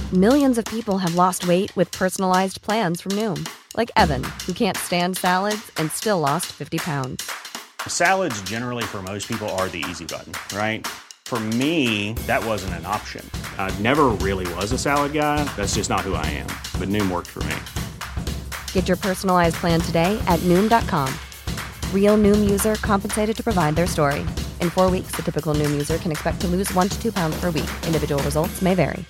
Millions of people have lost weight with personalized plans from Noom. Like Evan, who can't stand salads and still lost 50 pounds. Salads generally for most people are the easy button, right? For me, that wasn't an option. I never really was a salad guy. That's just not who I am. But Noom worked for me. Get your personalized plan today at Noom.com. Real Noom user compensated to provide their story. In 4 weeks, the typical Noom user can expect to lose 1 to 2 pounds per week. Individual results may vary.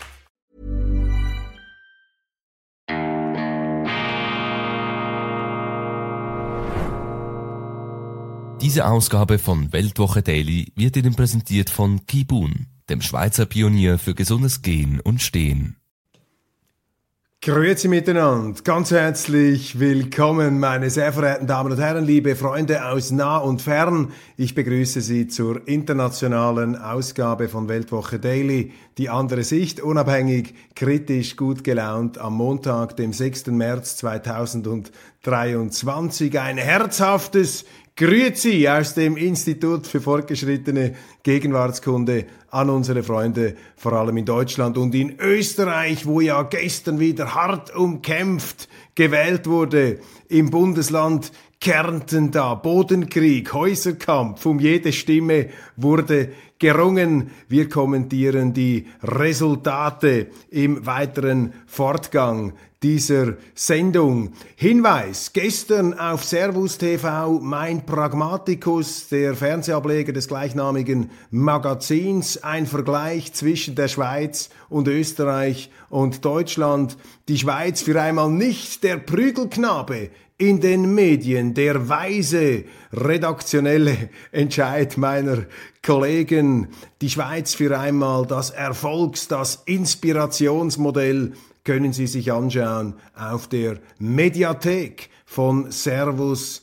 Diese Ausgabe von Weltwoche Daily wird Ihnen präsentiert von Kibun, dem Schweizer Pionier für gesundes Gehen und Stehen. Grüezi miteinander, ganz herzlich willkommen, meine sehr verehrten Damen und Herren, liebe Freunde aus nah und fern. Ich begrüße Sie zur internationalen Ausgabe von Weltwoche Daily, die andere Sicht, unabhängig, kritisch, gut gelaunt, am Montag, dem 6. März 2023. Ein herzhaftes Grüezi aus dem Institut für fortgeschrittene Gegenwartskunde an unsere Freunde, vor allem in Deutschland und in Österreich, wo ja gestern wieder hart umkämpft gewählt wurde, im Bundesland Kärnten da, Bodenkrieg, Häuserkampf, um jede Stimme wurde gerungen. Wir kommentieren die Resultate im weiteren Fortgang dieser Sendung. Hinweis, gestern auf Servus TV mein Pragmaticus, der Fernsehableger des gleichnamigen Magazins, ein Vergleich zwischen der Schweiz und Österreich und Deutschland. Die Schweiz für einmal nicht der Prügelknabe in den Medien, der weise redaktionelle Entscheid meiner Kollegen. Die Schweiz für einmal das das Inspirationsmodell, können Sie sich anschauen auf der Mediathek von Servus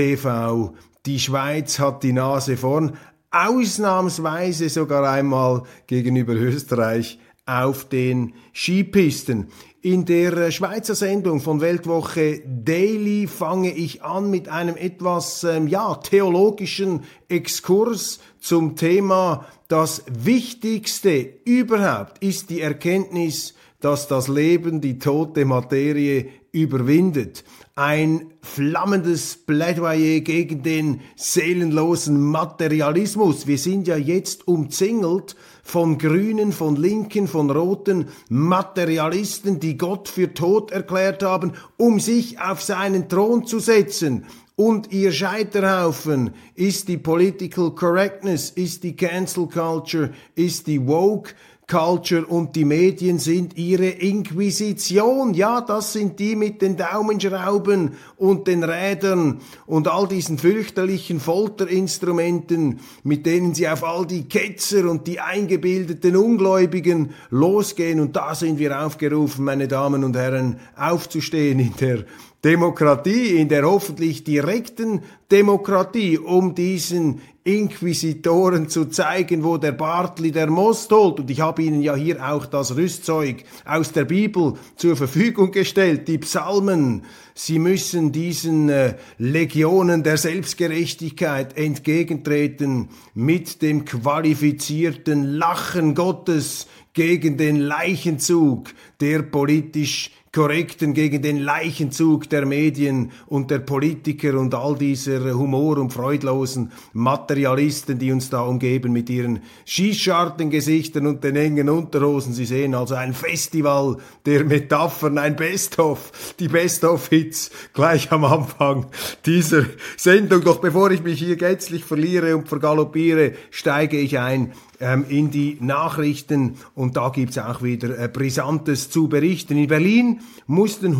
TV. Die Schweiz hat die Nase vorn, ausnahmsweise sogar einmal gegenüber Österreich auf den Skipisten. In der Schweizer Sendung von Weltwoche Daily fange ich an mit einem etwas theologischen Exkurs zum Thema: Das Wichtigste überhaupt ist die Erkenntnis, dass das Leben die tote Materie überwindet. Ein flammendes Plädoyer gegen den seelenlosen Materialismus. Wir sind ja jetzt umzingelt von Grünen, von Linken, von Roten Materialisten, die Gott für tot erklärt haben, um sich auf seinen Thron zu setzen. Und ihr Scheiterhaufen ist die Political Correctness, ist die Cancel Culture, ist die Woke Culture, und die Medien sind ihre Inquisition. Ja, das sind die mit den Daumenschrauben und den Rädern und all diesen fürchterlichen Folterinstrumenten, mit denen sie auf all die Ketzer und die eingebildeten Ungläubigen losgehen. Und da sind wir aufgerufen, meine Damen und Herren, aufzustehen in der Demokratie, in der hoffentlich direkten Demokratie, um diesen Inquisitoren zu zeigen, wo der Bartli der Most holt. Und ich habe Ihnen ja hier auch das Rüstzeug aus der Bibel zur Verfügung gestellt, die Psalmen. Sie müssen diesen Legionen der Selbstgerechtigkeit entgegentreten mit dem qualifizierten Lachen Gottes gegen den Leichenzug der politisch Korrekten, gegen den Leichenzug der Medien und der Politiker und all dieser humor- und freudlosen Materialisten, die uns da umgeben mit ihren Schießschartengesichtern und den engen Unterhosen. Sie sehen also ein Festival der Metaphern, ein Best-of, die Best-of-Hits gleich am Anfang dieser Sendung. Doch bevor ich mich hier gänzlich verliere und vergaloppiere, steige ich ein in die Nachrichten, und da gibt's auch wieder Brisantes zu berichten. In Berlin mussten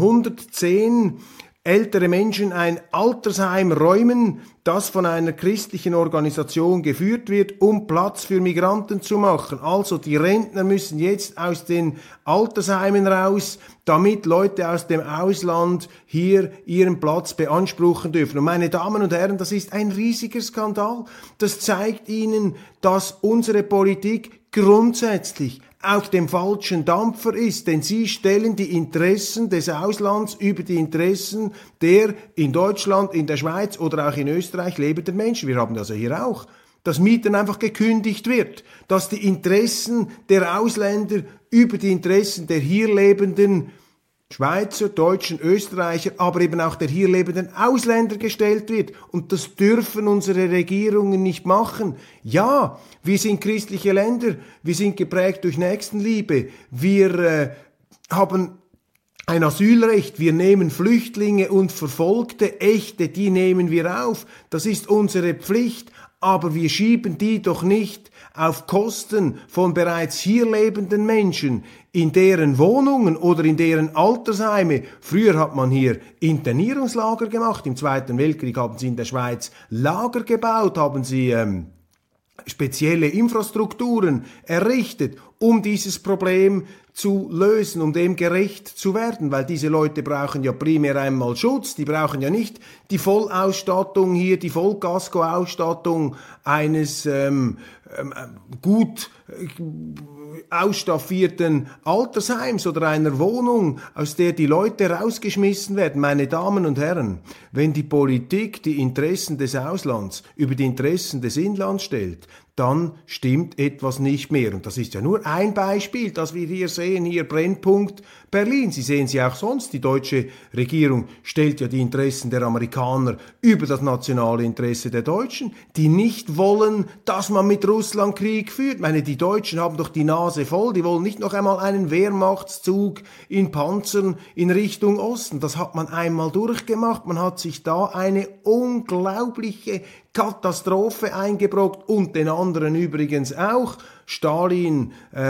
110 ältere Menschen ein Altersheim räumen, das von einer christlichen Organisation geführt wird, um Platz für Migranten zu machen. Also die Rentner müssen jetzt aus den Altersheimen raus, damit Leute aus dem Ausland hier ihren Platz beanspruchen dürfen. Und meine Damen und Herren, das ist ein riesiger Skandal. Das zeigt Ihnen, dass unsere Politik grundsätzlich auf dem falschen Dampfer ist, denn sie stellen die Interessen des Auslands über die Interessen der in Deutschland, in der Schweiz oder auch in Österreich lebenden Menschen. Wir haben also hier auch dass Mietern einfach gekündigt wird, dass die Interessen der Ausländer über die Interessen der hier lebenden Schweizer, Deutschen, Österreicher, aber eben auch der hier lebenden Ausländer gestellt wird. Und das dürfen unsere Regierungen nicht machen. Ja, wir sind christliche Länder, wir sind geprägt durch Nächstenliebe, wir haben ein Asylrecht, wir nehmen Flüchtlinge und Verfolgte, Echte, die nehmen wir auf. Das ist unsere Pflicht, aber wir schieben die doch nicht auf Kosten von bereits hier lebenden Menschen in deren Wohnungen oder in deren Altersheime. Früher hat man hier Internierungslager gemacht. Im Zweiten Weltkrieg haben sie in der Schweiz Lager gebaut, haben sie spezielle Infrastrukturen errichtet, um dieses Problem zu lösen, um dem gerecht zu werden, weil diese Leute brauchen ja primär einmal Schutz, die brauchen ja nicht die Vollausstattung hier, die Vollkaskoausstattung eines gut ausstaffierten Altersheims oder einer Wohnung, aus der die Leute rausgeschmissen werden. Meine Damen und Herren, wenn die Politik die Interessen des Auslands über die Interessen des Inlands stellt, dann stimmt etwas nicht mehr. Und das ist ja nur ein Beispiel, das wir hier sehen, hier Brennpunkt Berlin. Sie sehen sie auch sonst. Die deutsche Regierung stellt ja die Interessen der Amerikaner über das nationale Interesse der Deutschen, die nicht wollen, dass man mit Russland Krieg führt. Ich meine, die Deutschen haben doch die Nase voll. Die wollen nicht noch einmal einen Wehrmachtszug in Panzern in Richtung Osten. Das hat man einmal durchgemacht. Man hat sich da eine unglaubliche Katastrophe eingebrockt und den anderen übrigens auch. Stalin,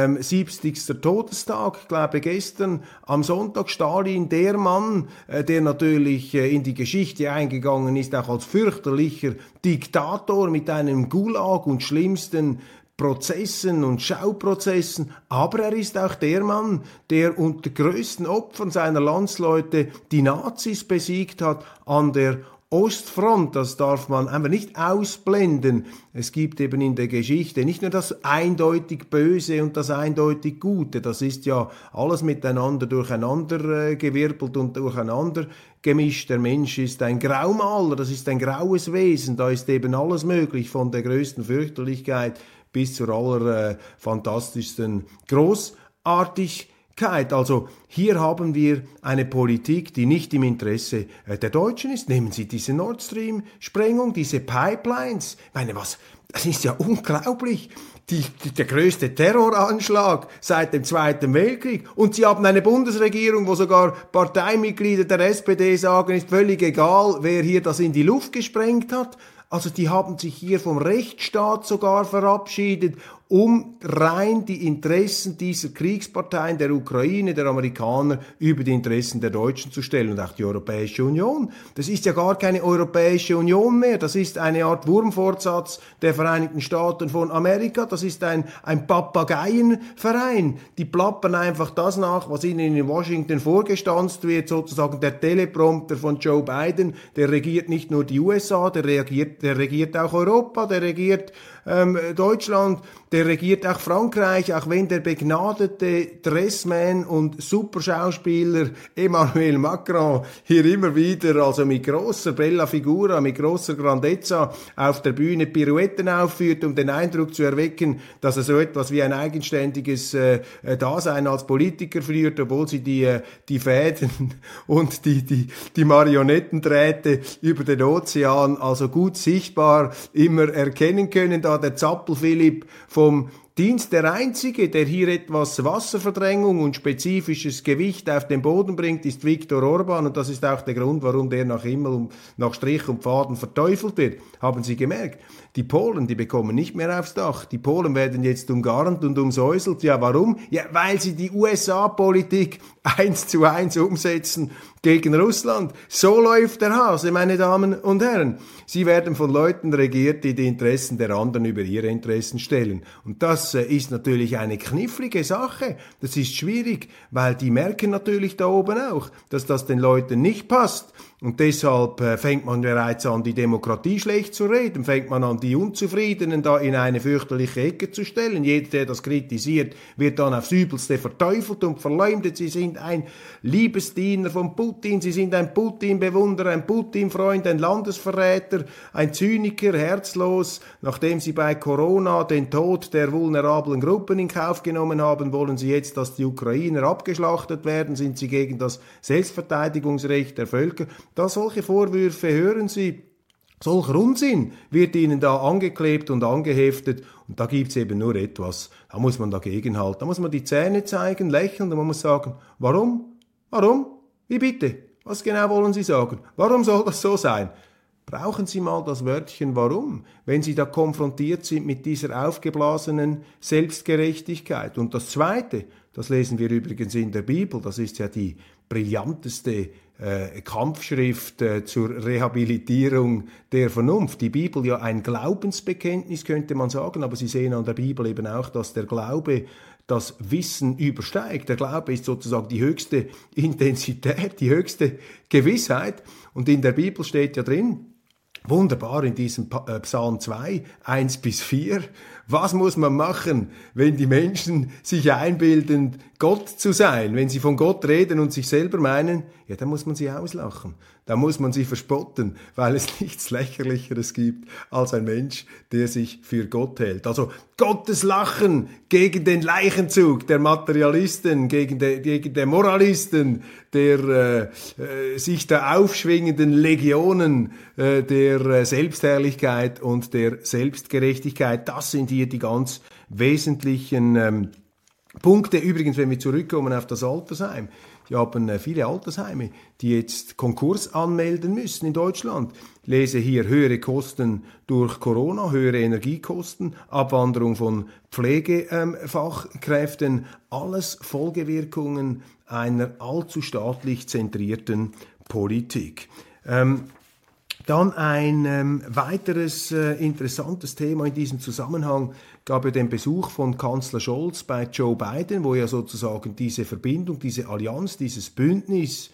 70. Todestag, ich glaube gestern am Sonntag, Stalin, der Mann, der natürlich in die Geschichte eingegangen ist, auch als fürchterlicher Diktator mit einem Gulag und schlimmsten Prozessen und Schauprozessen, aber er ist auch der Mann, der unter größten Opfern seiner Landsleute die Nazis besiegt hat an der Ostfront. Das darf man einfach nicht ausblenden. Es gibt eben in der Geschichte nicht nur das eindeutig Böse und das eindeutig Gute, das ist ja alles miteinander durcheinander gewirbelt und durcheinander gemischt. Der Mensch ist ein Graumaler, das ist ein graues Wesen, da ist eben alles möglich, von der größten Fürchterlichkeit bis zur fantastischsten Großartigkeit. Also hier haben wir eine Politik, die nicht im Interesse der Deutschen ist. Nehmen Sie diese Nord Stream-Sprengung, diese Pipelines. Ich meine, das ist ja unglaublich. Der größte Terroranschlag seit dem Zweiten Weltkrieg. Und Sie haben eine Bundesregierung, wo sogar Parteimitglieder der SPD sagen, ist völlig egal, wer hier das in die Luft gesprengt hat. Also die haben sich hier vom Rechtsstaat sogar verabschiedet, um rein die Interessen dieser Kriegsparteien, der Ukraine, der Amerikaner, über die Interessen der Deutschen zu stellen. Und auch die Europäische Union. Das ist ja gar keine Europäische Union mehr. Das ist eine Art Wurmfortsatz der Vereinigten Staaten von Amerika. Das ist ein Papageienverein. Die plappern einfach das nach, was ihnen in Washington vorgestanzt wird, sozusagen der Teleprompter von Joe Biden. Der regiert nicht nur die USA, der regiert auch Europa, der regiert Deutschland, der regiert auch Frankreich, auch wenn der begnadete Dressman und Superschauspieler Emmanuel Macron hier immer wieder, also mit grosser Bella Figura, mit grosser Grandezza auf der Bühne Pirouetten aufführt, um den Eindruck zu erwecken, dass er so etwas wie ein eigenständiges Dasein als Politiker führt, obwohl sie die Fäden und die Marionettendrähte über den Ozean also gut sichtbar immer erkennen können. Da der Zappel-Philipp vom Dienst, der Einzige, der hier etwas Wasserverdrängung und spezifisches Gewicht auf den Boden bringt, ist Viktor Orban, und das ist auch der Grund, warum der nach Himmel, nach Strich und Faden verteufelt wird. Haben Sie gemerkt? Die Polen, die bekommen nicht mehr aufs Dach. Die Polen werden jetzt umgarnt und umsäuselt. Ja, warum? Ja, weil sie die USA-Politik 1:1 umsetzen gegen Russland. So läuft der Hase, meine Damen und Herren. Sie werden von Leuten regiert, die die Interessen der anderen über ihre Interessen stellen. Und das ist natürlich eine knifflige Sache. Das ist schwierig, weil die merken natürlich da oben auch, dass das den Leuten nicht passt. Und deshalb fängt man bereits an, die Demokratie schlecht zu reden, fängt man an, die Unzufriedenen da in eine fürchterliche Ecke zu stellen. Jeder, der das kritisiert, wird dann aufs Übelste verteufelt und verleumdet. Sie sind ein Liebesdiener von Putin, sie sind ein Putin-Bewunderer, ein Putin-Freund, ein Landesverräter, ein Zyniker, herzlos. Nachdem sie bei Corona den Tod der vulnerablen Gruppen in Kauf genommen haben, wollen sie jetzt, dass die Ukrainer abgeschlachtet werden, sind sie gegen das Selbstverteidigungsrecht der Völker. Da solche Vorwürfe hören Sie, solcher Unsinn wird Ihnen da angeklebt und angeheftet und da gibt's eben nur etwas, da muss man dagegenhalten, da muss man die Zähne zeigen, lächeln und man muss sagen, warum? Warum? Wie bitte? Was genau wollen Sie sagen? Warum soll das so sein? Brauchen Sie mal das Wörtchen warum, wenn Sie da konfrontiert sind mit dieser aufgeblasenen Selbstgerechtigkeit. Und das Zweite, das lesen wir übrigens in der Bibel, das ist ja die brillanteste Kampfschrift zur Rehabilitierung der Vernunft. Die Bibel ja ein Glaubensbekenntnis, könnte man sagen, aber Sie sehen an der Bibel eben auch, dass der Glaube das Wissen übersteigt. Der Glaube ist sozusagen die höchste Intensität, die höchste Gewissheit. Und in der Bibel steht ja drin, wunderbar in diesem Psalm 2, 1-4. Was muss man machen, wenn die Menschen sich einbilden, Gott zu sein? Wenn sie von Gott reden und sich selber meinen, ja, dann muss man sie auslachen. Da muss man sie verspotten, weil es nichts Lächerlicheres gibt als ein Mensch, der sich für Gott hält. Also Gottes Lachen gegen den Leichenzug der Materialisten, gegen der Moralisten, der sich da aufschwingenden Legionen der Selbstherrlichkeit und der Selbstgerechtigkeit. Das sind hier die ganz wesentlichen Punkte. Übrigens, wenn wir zurückkommen auf das Altersheim. Wir haben viele Altersheime, die jetzt Konkurs anmelden müssen in Deutschland. Ich lese hier höhere Kosten durch Corona, höhere Energiekosten, Abwanderung von Pflegefachkräften, alles Folgewirkungen einer allzu staatlich zentrierten Politik. Dann ein weiteres interessantes Thema in diesem Zusammenhang gab ja den Besuch von Kanzler Scholz bei Joe Biden, wo ja sozusagen diese Verbindung, diese Allianz, dieses Bündnis,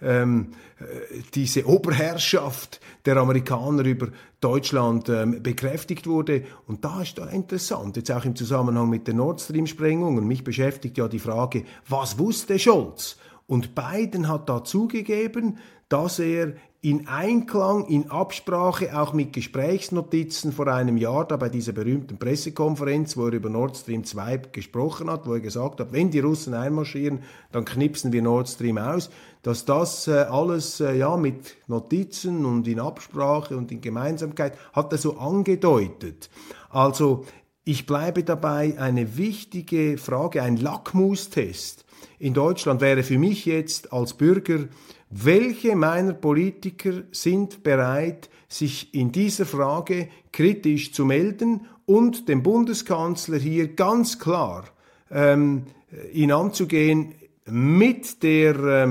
diese Oberherrschaft der Amerikaner über Deutschland bekräftigt wurde. Und da ist da interessant, jetzt auch im Zusammenhang mit den Nord Stream-Sprengungen. Mich beschäftigt ja die Frage, was wusste Scholz? Und Biden hat da zugegeben, dass er in Einklang, in Absprache, auch mit Gesprächsnotizen vor einem Jahr, da bei dieser berühmten Pressekonferenz, wo er über Nord Stream 2 gesprochen hat, wo er gesagt hat, wenn die Russen einmarschieren, dann knipsen wir Nord Stream aus, dass das alles mit Notizen und in Absprache und in Gemeinsamkeit, hat er so angedeutet. Also ich bleibe dabei, eine wichtige Frage, ein Lackmustest in Deutschland wäre für mich jetzt als Bürger, welche meiner Politiker sind bereit, sich in dieser Frage kritisch zu melden und dem Bundeskanzler hier ganz klar ihn anzugehen mit der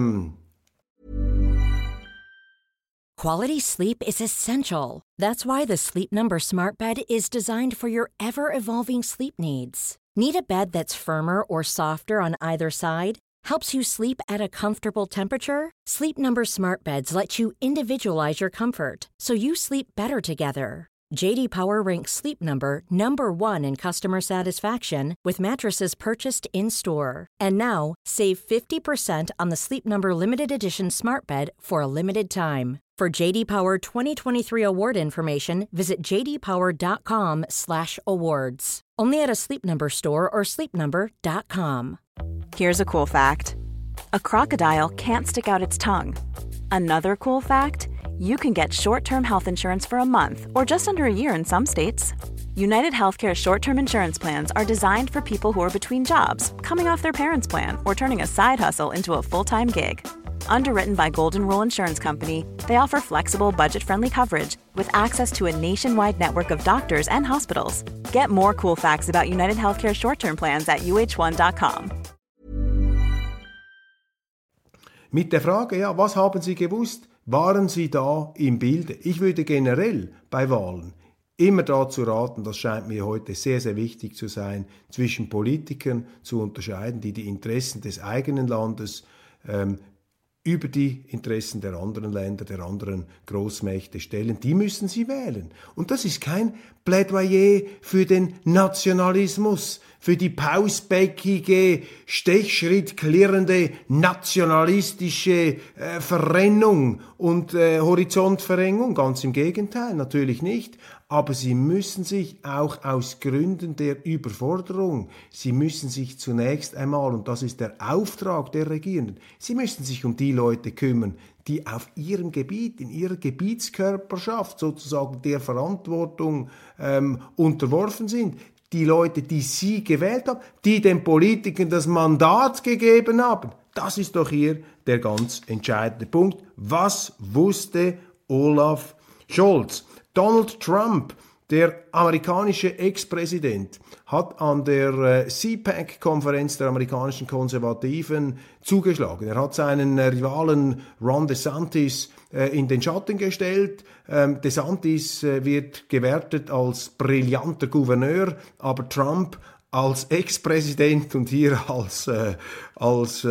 Quality sleep is essential. That's why the Sleep Number Smart Bed is designed for your ever-evolving sleep needs. Need a bed that's firmer or softer on either side? Helps you sleep at a comfortable temperature? Sleep Number Smart Beds let you individualize your comfort, so you sleep better together. J.D. Power ranks Sleep Number number 1 in customer satisfaction with mattresses purchased in-store. And now, save 50% on the Sleep Number Limited Edition Smart Bed for a limited time. For J.D. Power 2023 award information, visit jdpower.com/awards. Only at a Sleep Number store or sleepnumber.com. Here's a cool fact. A crocodile can't stick out its tongue. Another cool fact, you can get short-term health insurance for a month or just under a year in some states. United Healthcare short-term insurance plans are designed for people who are between jobs, coming off their parents' plan, or turning a side hustle into a full-time gig. Underwritten by Golden Rule Insurance Company, they offer flexible, budget-friendly coverage with access to a nationwide network of doctors and hospitals. Get more cool facts about United Healthcare short-term plans at uh1.com. Mit der Frage, ja, was haben Sie gewusst? Waren Sie da im Bilde? Ich würde generell bei Wahlen immer dazu raten, das scheint mir heute sehr, sehr wichtig zu sein, zwischen Politikern zu unterscheiden, die die Interessen des eigenen Landes über die Interessen der anderen Länder, der anderen Großmächte stellen, die müssen sie wählen. Und das ist kein Plädoyer für den Nationalismus, für die pausbäckige, stechschrittklirrende, nationalistische Verrennung und Horizontverengung. Ganz im Gegenteil, natürlich nicht. Aber sie müssen sich auch aus Gründen der Überforderung, sie müssen sich zunächst einmal, und das ist der Auftrag der Regierenden, sie müssen sich um die Leute kümmern, die auf ihrem Gebiet, in ihrer Gebietskörperschaft sozusagen der Verantwortung unterworfen sind. Die Leute, die sie gewählt haben, die den Politikern das Mandat gegeben haben. Das ist doch hier der ganz entscheidende Punkt. Was wusste Olaf Scholz? Donald Trump, der amerikanische Ex-Präsident, hat an der CPAC-Konferenz der amerikanischen Konservativen zugeschlagen. Er hat seinen Rivalen Ron DeSantis in den Schatten gestellt. DeSantis wird gewertet als brillanter Gouverneur, aber Trump als Ex-Präsident und hier als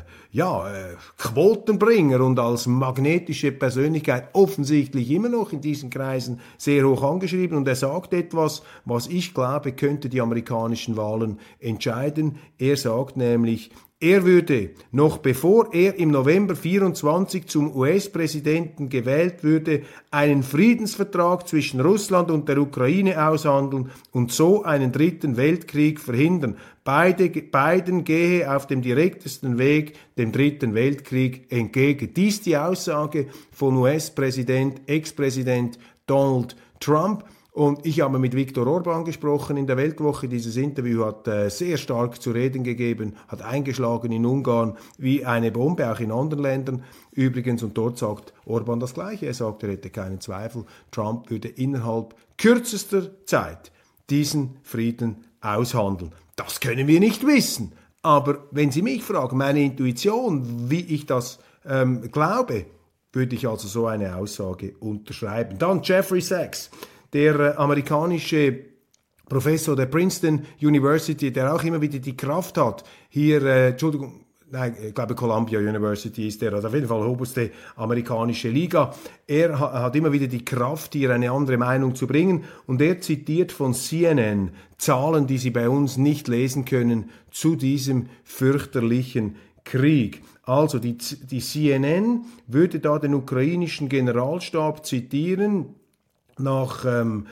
Quotenbringer und als magnetische Persönlichkeit offensichtlich immer noch in diesen Kreisen sehr hoch angeschrieben. Und er sagt etwas, was ich glaube, könnte die amerikanischen Wahlen entscheiden. Er sagt nämlich, er würde, noch bevor er im November 24 zum US-Präsidenten gewählt würde, einen Friedensvertrag zwischen Russland und der Ukraine aushandeln und so einen dritten Weltkrieg verhindern. Biden gehe auf dem direktesten Weg dem dritten Weltkrieg entgegen. Dies die Aussage von US-Präsident, Ex-Präsident Donald Trump. Und ich habe mit Viktor Orbán gesprochen in der Weltwoche. Dieses Interview hat sehr stark zu reden gegeben, hat eingeschlagen in Ungarn wie eine Bombe, auch in anderen Ländern übrigens. Und dort sagt Orbán das Gleiche. Er sagt, er hätte keinen Zweifel, Trump würde innerhalb kürzester Zeit diesen Frieden aushandeln. Das können wir nicht wissen. Aber wenn Sie mich fragen, meine Intuition, wie ich das glaube, würde ich also so eine Aussage unterschreiben. Dann Jeffrey Sachs, der amerikanische Professor der Princeton University, der auch immer wieder die Kraft hat, hier, ich glaube Columbia University ist der, also auf jeden Fall oberste amerikanische Liga. Er hat immer wieder die Kraft, hier eine andere Meinung zu bringen, und er zitiert von CNN Zahlen, die Sie bei uns nicht lesen können, zu diesem fürchterlichen Krieg. Also die CNN würde da den ukrainischen Generalstab zitieren, nach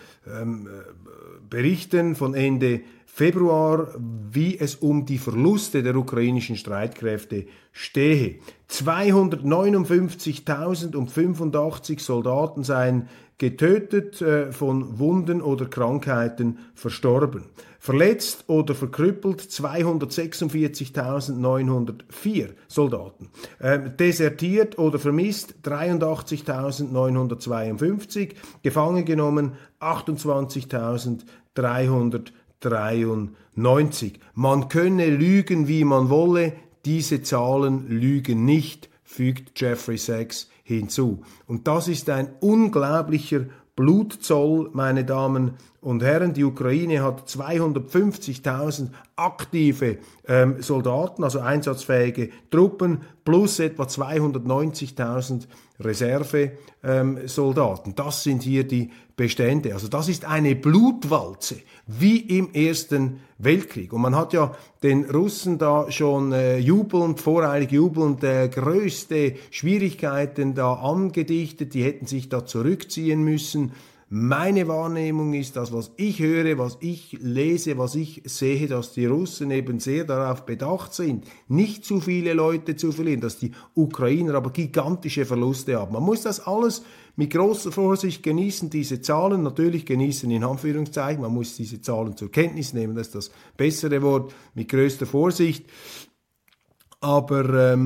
Berichten von Ende Februar, wie es um die Verluste der ukrainischen Streitkräfte stehe. 259.085 Soldaten seien getötet, von Wunden oder Krankheiten verstorben. Verletzt oder verkrüppelt 246.904 Soldaten. Desertiert oder vermisst 83.952. Gefangen genommen 28.393. Man könne lügen, wie man wolle, diese Zahlen lügen nicht, fügt Jeffrey Sachs hinzu. Und das ist ein unglaublicher Blutzoll, meine Damen und Herren. Die Ukraine hat 250.000 aktive Soldaten, also einsatzfähige Truppen, plus etwa 290.000 Reservesoldaten. Das sind hier die Bestände. Also das ist eine Blutwalze, wie im Ersten Weltkrieg. Und man hat ja den Russen da schon voreilig jubelnd, größte Schwierigkeiten da angedichtet. Die hätten sich da zurückziehen müssen. Meine Wahrnehmung ist, dass was ich höre, was ich lese, was ich sehe, dass die Russen eben sehr darauf bedacht sind, nicht zu viele Leute zu verlieren, dass die Ukrainer aber gigantische Verluste haben. Man muss das alles mit großer Vorsicht genießen, diese Zahlen, natürlich genießen in Anführungszeichen, man muss diese Zahlen zur Kenntnis nehmen, das ist das bessere Wort, mit größter Vorsicht. Aber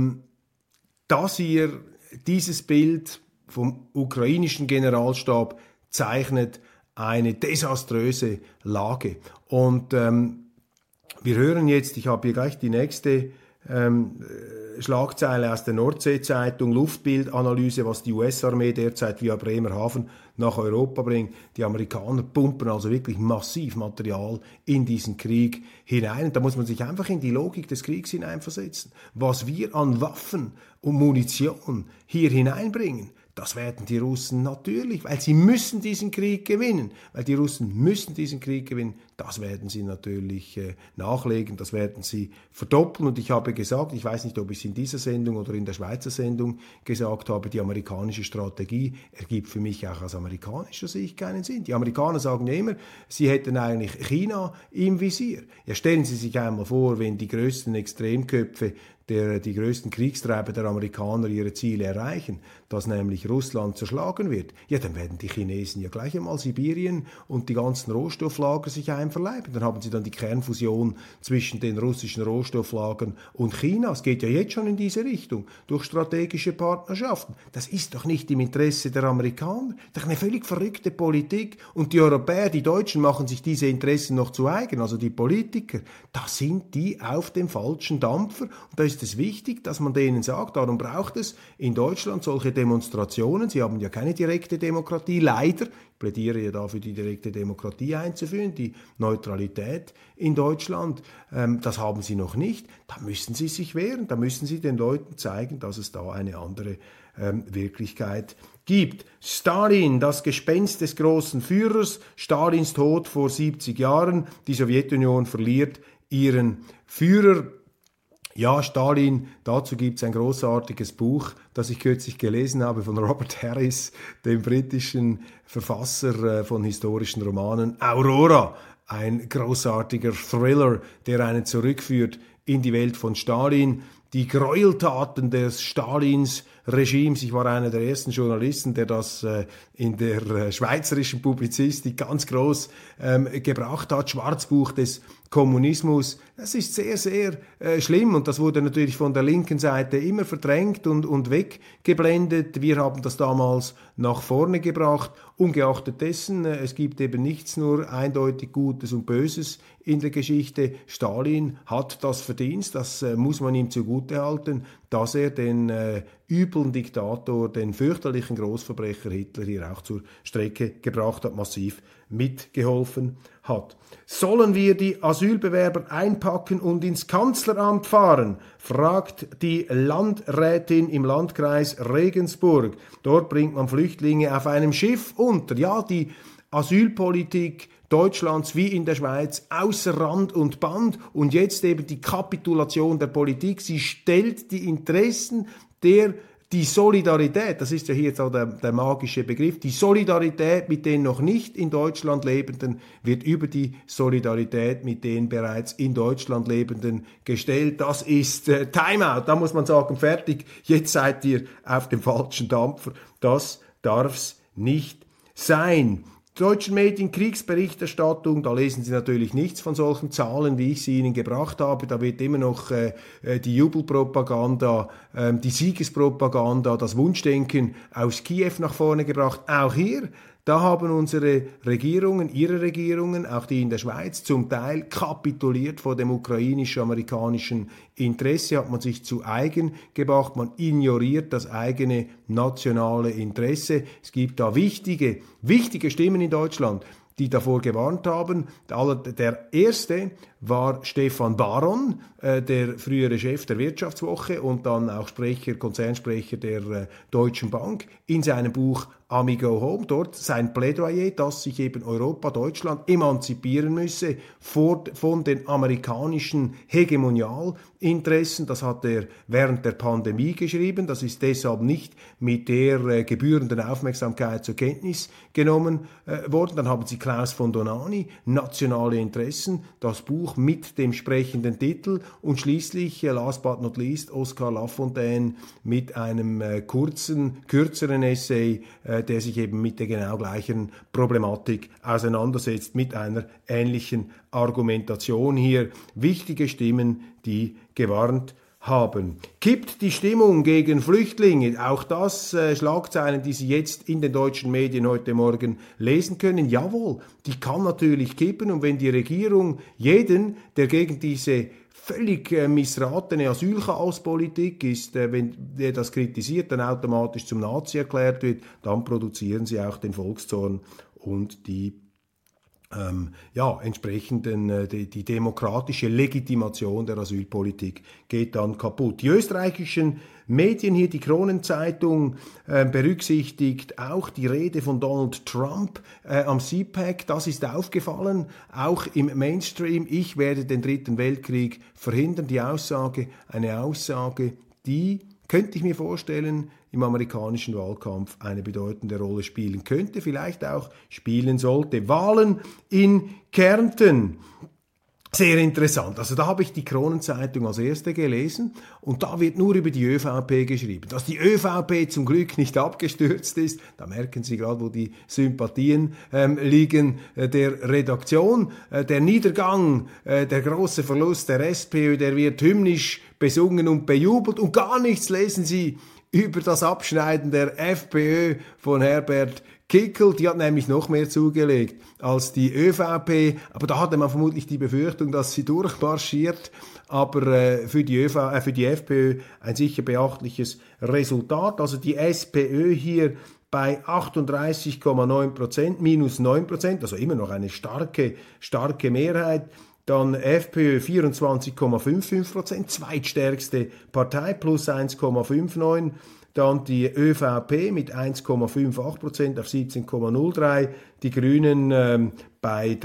dieses Bild vom ukrainischen Generalstab zeichnet eine desaströse Lage. Und wir hören jetzt, ich habe hier gleich die nächste Schlagzeile aus der Nordsee-Zeitung, Luftbildanalyse, was die US-Armee derzeit via Bremerhaven nach Europa bringt. Die Amerikaner pumpen also wirklich massiv Material in diesen Krieg hinein. Und da muss man sich einfach in die Logik des Kriegs hineinversetzen. Was wir an Waffen und Munition hier hineinbringen, das werden die Russen natürlich, weil sie müssen diesen Krieg gewinnen. Weil die Russen müssen diesen Krieg gewinnen. Das werden sie natürlich nachlegen, das werden sie verdoppeln. Und ich habe gesagt, ich weiß nicht, ob ich es in dieser Sendung oder in der Schweizer Sendung gesagt habe, die amerikanische Strategie ergibt für mich auch aus amerikanischer Sicht keinen Sinn. Die Amerikaner sagen ja immer, sie hätten eigentlich China im Visier. Ja, stellen Sie sich einmal vor, wenn die größten Extremköpfe die größten Kriegstreiber der Amerikaner ihre Ziele erreichen, dass nämlich Russland zerschlagen wird, ja, dann werden die Chinesen ja gleich einmal Sibirien und die ganzen Rohstofflager sich einverleiben. Dann haben sie dann die Kernfusion zwischen den russischen Rohstofflagern und China. Es geht ja jetzt schon in diese Richtung, durch strategische Partnerschaften. Das ist doch nicht im Interesse der Amerikaner. Das ist eine völlig verrückte Politik. Und die Europäer, die Deutschen, machen sich diese Interessen noch zu eigen, also die Politiker. Da sind die auf dem falschen Dampfer. Und da ist es wichtig, dass man denen sagt, darum braucht es in Deutschland solche Demonstrationen. Sie haben ja keine direkte Demokratie, leider. Ich plädiere ja dafür, die direkte Demokratie einzuführen, die Neutralität in Deutschland. Das haben sie noch nicht. Da müssen sie sich wehren, da müssen sie den Leuten zeigen, dass es da eine andere Wirklichkeit gibt. Stalin, das Gespenst des großen Führers, Stalins Tod vor 70 Jahren, die Sowjetunion verliert ihren Führer. Ja, Stalin, dazu gibt es ein großartiges Buch, das ich kürzlich gelesen habe von Robert Harris, dem britischen Verfasser von historischen Romanen. Aurora, ein großartiger Thriller, der einen zurückführt in die Welt von Stalin. Die Gräueltaten des Stalins Regimes. Ich war einer der ersten Journalisten, der das in der schweizerischen Publizistik ganz groß gebracht hat. Schwarzbuch des Kommunismus. Das ist sehr, sehr schlimm und das wurde natürlich von der linken Seite immer verdrängt und weggeblendet. Wir haben das damals nach vorne gebracht. Ungeachtet dessen, es gibt eben nichts nur eindeutig Gutes und Böses in der Geschichte. Stalin hat das Verdienst, das muss man ihm zugutehalten, dass er den üblen Diktator, den fürchterlichen Großverbrecher Hitler hier auch zur Strecke gebracht hat, massiv mitgeholfen hat. Sollen wir die Asylbewerber einpacken und ins Kanzleramt fahren? Fragt die Landrätin im Landkreis Regensburg. Dort bringt man Flüchtlinge auf einem Schiff unter. Ja, die Asylpolitik Deutschlands wie in der Schweiz außer Rand und Band und jetzt eben die Kapitulation der Politik. Sie stellt die Interessen die Solidarität, das ist ja hier so der magische Begriff, die Solidarität mit den noch nicht in Deutschland Lebenden wird über die Solidarität mit den bereits in Deutschland Lebenden gestellt. Das ist Timeout, da muss man sagen, fertig, jetzt seid ihr auf dem falschen Dampfer. Das darf's nicht sein. Deutschen Medien Kriegsberichterstattung, da lesen Sie natürlich nichts von solchen Zahlen, wie ich sie Ihnen gebracht habe. Da wird immer noch die Jubelpropaganda, die Siegespropaganda, das Wunschdenken aus Kiew nach vorne gebracht. Auch hier, da haben unsere Regierungen, Ihre Regierungen, auch die in der Schweiz, zum Teil kapituliert vor dem ukrainisch-amerikanischen Interesse, hat man sich zu eigen gemacht, man ignoriert das eigene nationale Interesse. Es gibt da wichtige Stimmen in Deutschland, die davor gewarnt haben. Der erste war Stefan Baron, der frühere Chef der Wirtschaftswoche und dann auch Konzernsprecher der Deutschen Bank, in seinem Buch Amigo Home, dort sein Plädoyer, dass sich eben Europa, Deutschland emanzipieren müsse von den amerikanischen Hegemonialinteressen. Das hat er während der Pandemie geschrieben. Das ist deshalb nicht mit der gebührenden Aufmerksamkeit zur Kenntnis genommen worden. Dann haben sie Klaus von Donani, Nationale Interessen, das Buch mit dem sprechenden Titel und schließlich, last but not least, Oskar Lafontaine mit einem kürzeren Essay, der sich eben mit der genau gleichen Problematik auseinandersetzt, mit einer ähnlichen Argumentation hier. Wichtige Stimmen, die gewarnt haben. Kippt die Stimmung gegen Flüchtlinge? Auch das Schlagzeilen, die Sie jetzt in den deutschen Medien heute Morgen lesen können. Jawohl, die kann natürlich kippen und wenn die Regierung jeden, der gegen diese völlig missratene Asylchaospolitik ist, wenn der das kritisiert, dann automatisch zum Nazi erklärt wird, dann produzieren sie auch den Volkszorn und die entsprechenden die demokratische Legitimation der Asylpolitik geht dann kaputt. Die österreichischen Medien, hier die Kronenzeitung, berücksichtigt auch die Rede von Donald Trump am CPAC. Das ist aufgefallen, auch im Mainstream. Ich werde den Dritten Weltkrieg verhindern. Eine Aussage, die, könnte ich mir vorstellen, im amerikanischen Wahlkampf eine bedeutende Rolle spielen könnte, vielleicht auch spielen sollte. Wahlen in Kärnten. Sehr interessant. Also da habe ich die Kronenzeitung als erste gelesen und da wird nur über die ÖVP geschrieben. Dass die ÖVP zum Glück nicht abgestürzt ist, da merken Sie gerade, wo die Sympathien liegen der Redaktion. Der Niedergang, der große Verlust der SPÖ, der wird hymnisch besungen und bejubelt und gar nichts lesen Sie über das Abschneiden der FPÖ von Herbert Kickl, die hat nämlich noch mehr zugelegt als die ÖVP, aber da hatte man vermutlich die Befürchtung, dass sie durchmarschiert, aber für die FPÖ ein sicher beachtliches Resultat, also die SPÖ hier bei 38,9%, minus 9%, also immer noch eine starke Mehrheit. Dann FPÖ 24,55%, zweitstärkste Partei, plus 1,59%. Dann die ÖVP mit 1,58% auf 17,03%. Die Grünen bei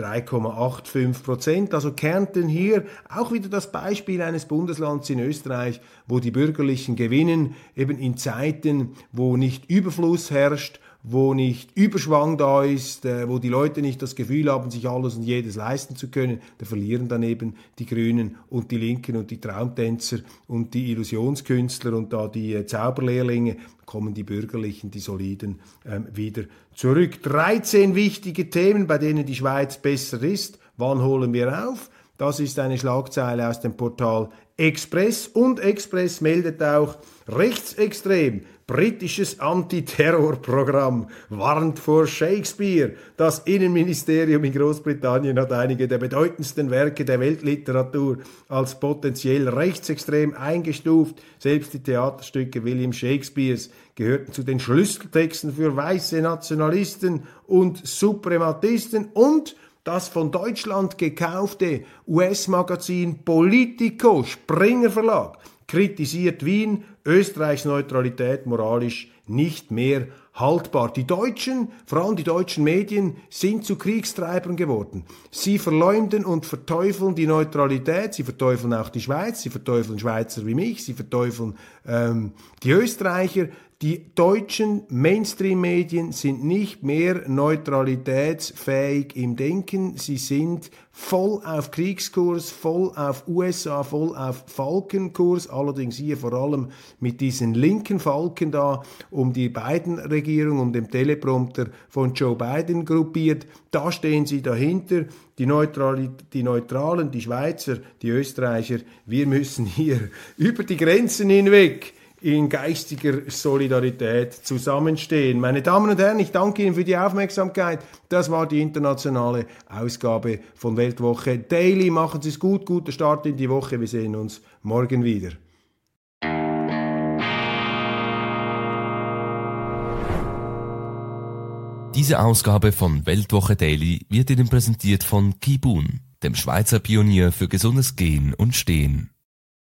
3,85%. Also Kärnten hier auch wieder das Beispiel eines Bundeslands in Österreich, wo die Bürgerlichen gewinnen, eben in Zeiten, wo nicht Überfluss herrscht, wo nicht Überschwang da ist, wo die Leute nicht das Gefühl haben, sich alles und jedes leisten zu können, da verlieren dann eben die Grünen und die Linken und die Traumtänzer und die Illusionskünstler und da die Zauberlehrlinge, kommen die Bürgerlichen, die Soliden, wieder zurück. 13 wichtige Themen, bei denen die Schweiz besser ist. Wann holen wir auf? Das ist eine Schlagzeile aus dem Portal Express und Express meldet auch, rechtsextrem, britisches Antiterrorprogramm warnt vor Shakespeare. Das Innenministerium in Großbritannien hat einige der bedeutendsten Werke der Weltliteratur als potenziell rechtsextrem eingestuft. Selbst die Theaterstücke William Shakespeares gehörten zu den Schlüsseltexten für weiße Nationalisten und Suprematisten und das von Deutschland gekaufte US-Magazin Politico, Springer Verlag, kritisiert Wien, Österreichs Neutralität moralisch nicht mehr haltbar. Die Deutschen, vor allem die deutschen Medien, sind zu Kriegstreibern geworden. Sie verleumden und verteufeln die Neutralität, sie verteufeln auch die Schweiz, sie verteufeln Schweizer wie mich, sie verteufeln die Österreicher. Die deutschen Mainstream-Medien sind nicht mehr neutralitätsfähig im Denken. Sie sind voll auf Kriegskurs, voll auf USA, voll auf Falkenkurs. Allerdings hier vor allem mit diesen linken Falken da um die Biden-Regierung, um den Teleprompter von Joe Biden gruppiert. Da stehen sie dahinter. Die Neutralen, die Schweizer, die Österreicher. Wir müssen hier über die Grenzen hinweg in geistiger Solidarität zusammenstehen. Meine Damen und Herren, ich danke Ihnen für die Aufmerksamkeit. Das war die internationale Ausgabe von Weltwoche Daily. Machen Sie es gut, guter Start in die Woche. Wir sehen uns morgen wieder. Diese Ausgabe von Weltwoche Daily wird Ihnen präsentiert von Kibun, dem Schweizer Pionier für gesundes Gehen und Stehen.